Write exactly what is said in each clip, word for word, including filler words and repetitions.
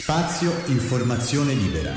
Spazio Informazione Libera.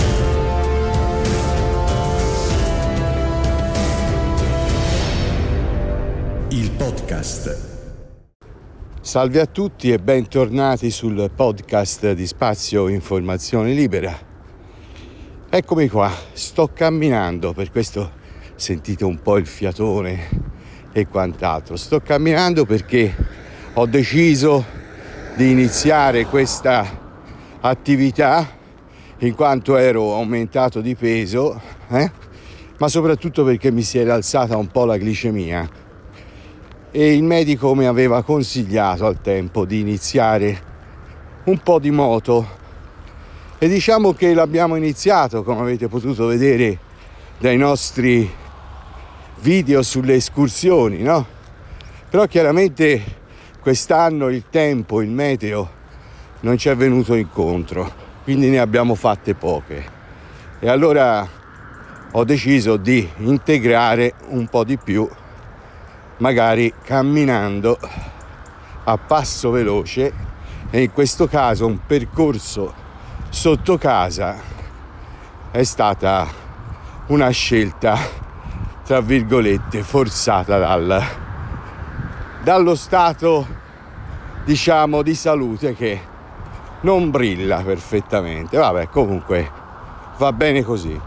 Il podcast. Salve a tutti e bentornati sul podcast di Spazio Informazione Libera. Eccomi qua, sto camminando, per questo sentite un po' il fiatone e quant'altro. Sto camminando perché ho deciso di iniziare questa attività in quanto ero aumentato di peso, eh? ma soprattutto perché mi si era alzata un po' la glicemia e il medico mi aveva consigliato al tempo di iniziare un po' di moto e diciamo che l'abbiamo iniziato, come avete potuto vedere dai nostri video sulle escursioni, no? Però chiaramente quest'anno il tempo, il meteo non ci è venuto incontro, quindi ne abbiamo fatte poche e allora ho deciso di integrare un po' di più, magari camminando a passo veloce, e in questo caso un percorso sotto casa è stata una scelta tra virgolette forzata dal, dallo stato diciamo di salute che non brilla perfettamente. Vabbè, comunque va bene così.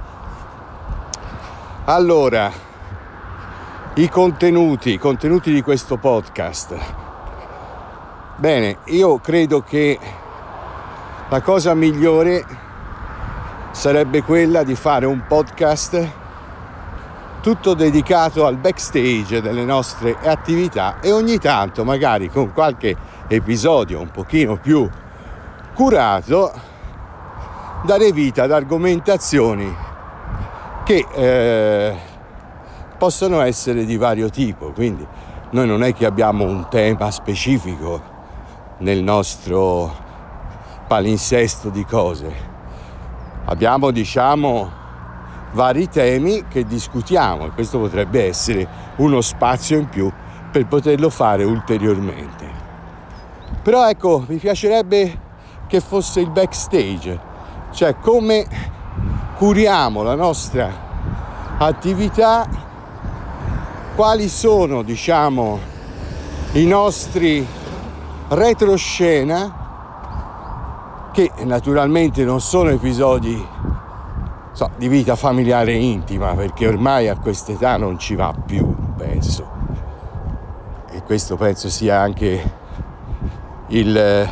Allora, i contenuti, i contenuti di questo podcast. Bene, io credo che la cosa migliore sarebbe quella di fare un podcast tutto dedicato al backstage delle nostre attività e ogni tanto magari con qualche episodio un pochino più curato dare vita ad argomentazioni che eh, possono essere di vario tipo. Quindi noi non è che abbiamo un tema specifico nel nostro palinsesto di cose, abbiamo diciamo vari temi che discutiamo e questo potrebbe essere uno spazio in più per poterlo fare ulteriormente. Però ecco, mi piacerebbe che fosse il backstage, cioè come curiamo la nostra attività, quali sono diciamo i nostri retroscena, che naturalmente non sono episodi so, di vita familiare intima, perché ormai a quest'età non ci va più, penso, e questo penso sia anche il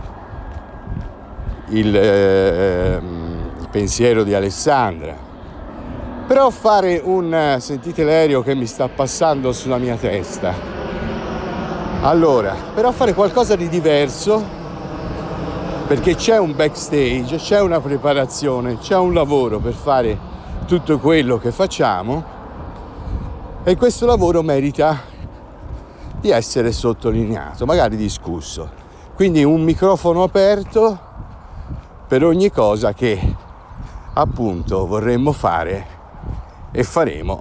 Il, eh, il pensiero di Alessandra. Però fare un sentite l'aereo che mi sta passando sulla mia testa. Allora, però fare qualcosa di diverso, perché c'è un backstage, c'è una preparazione, c'è un lavoro per fare tutto quello che facciamo e questo lavoro merita di essere sottolineato, magari discusso. Quindi un microfono aperto per ogni cosa che appunto vorremmo fare e faremo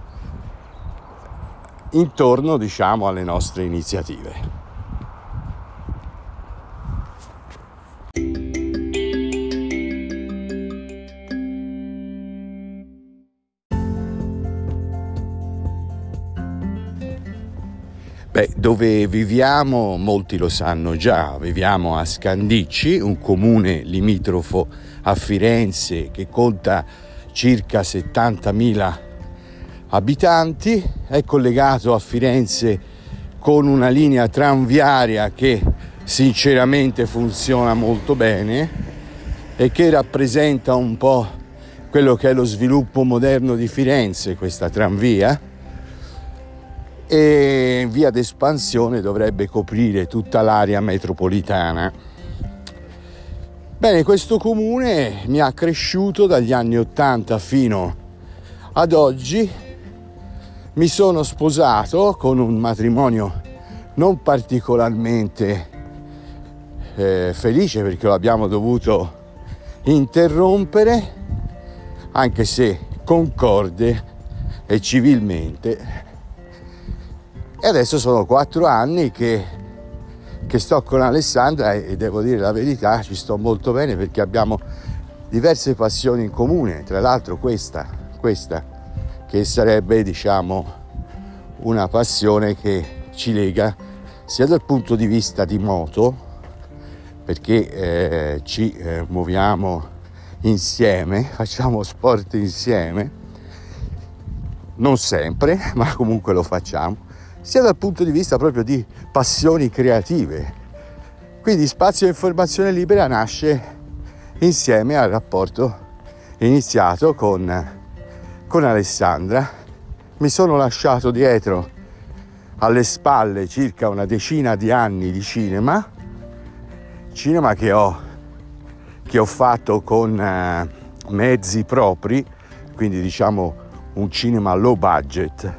intorno diciamo alle nostre iniziative. Beh, dove viviamo molti lo sanno già, viviamo a Scandicci, un comune limitrofo a Firenze che conta circa settantamila abitanti, è collegato a Firenze con una linea tranviaria che sinceramente funziona molto bene e che rappresenta un po' quello che è lo sviluppo moderno di Firenze, questa tranvia. E in via d'espansione dovrebbe coprire tutta l'area metropolitana. Bene, questo comune mi ha cresciuto dagli anni ottanta fino ad oggi. Mi sono sposato con un matrimonio non particolarmente eh, felice, perché lo abbiamo dovuto interrompere, anche se concorde e civilmente. E adesso sono quattro anni che che sto con Alessandra e, e devo dire la verità, ci sto molto bene perché abbiamo diverse passioni in comune, tra l'altro questa, questa che sarebbe, diciamo, una passione che ci lega sia dal punto di vista di moto, perché eh, ci eh, muoviamo insieme, facciamo sport insieme, non sempre, ma comunque lo facciamo, sia dal punto di vista proprio di passioni creative. Quindi Spazio Informazione Libera nasce insieme al rapporto iniziato con, con Alessandra. Mi sono lasciato dietro alle spalle circa una decina di anni di cinema, cinema che ho, che ho fatto con eh, mezzi propri, quindi diciamo un cinema low budget.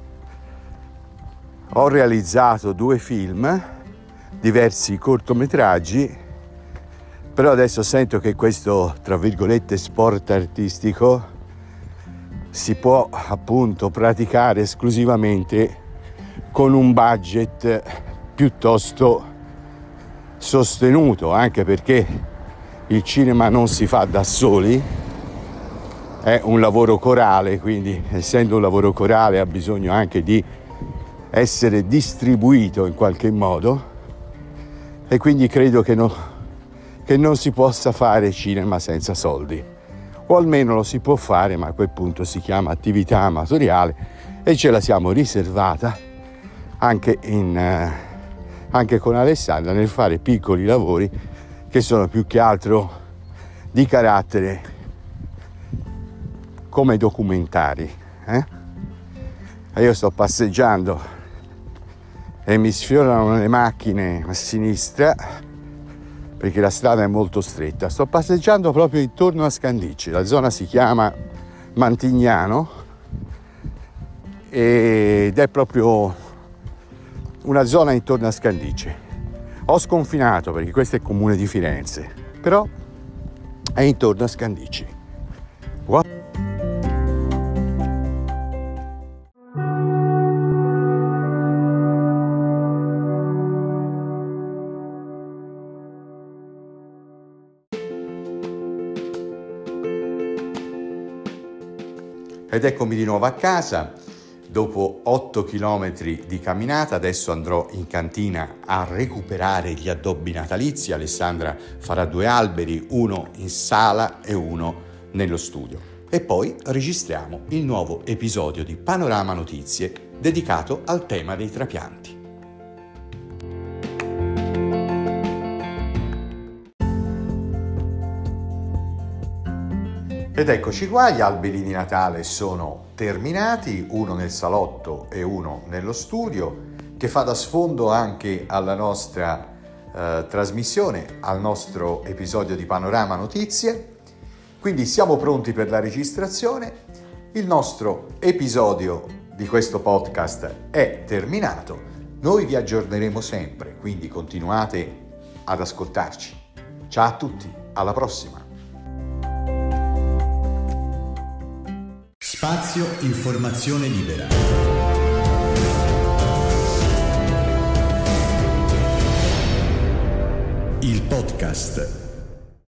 Ho realizzato due film, diversi cortometraggi, però adesso sento che questo, tra virgolette, sport artistico si può appunto praticare esclusivamente con un budget piuttosto sostenuto, anche perché il cinema non si fa da soli, è un lavoro corale, quindi essendo un lavoro corale ha bisogno anche di essere distribuito in qualche modo, e quindi credo che, no, che non si possa fare cinema senza soldi, o almeno lo si può fare, ma a quel punto si chiama attività amatoriale e ce la siamo riservata anche, in, eh, anche con Alessandra nel fare piccoli lavori che sono più che altro di carattere come documentari. Eh? E io sto passeggiando e mi sfiorano le macchine a sinistra perché la strada è molto stretta. Sto passeggiando proprio intorno a Scandicci, la zona si chiama Mantignano ed è proprio una zona intorno a Scandicci. Ho sconfinato perché questo è il comune di Firenze, però è intorno a Scandicci. Wow. Ed eccomi di nuovo a casa, dopo otto chilometri di camminata. Adesso andrò in cantina a recuperare gli addobbi natalizi. Alessandra farà due alberi, uno in sala e uno nello studio. E poi registriamo il nuovo episodio di Panorama Notizie dedicato al tema dei trapianti. Ed eccoci qua, gli alberi di Natale sono terminati, uno nel salotto e uno nello studio, che fa da sfondo anche alla nostra eh, trasmissione, al nostro episodio di Panorama Notizie. Quindi siamo pronti per la registrazione, il nostro episodio di questo podcast è terminato, noi vi aggiorneremo sempre, quindi continuate ad ascoltarci. Ciao a tutti, alla prossima! Spazio Informazione Libera. Il podcast.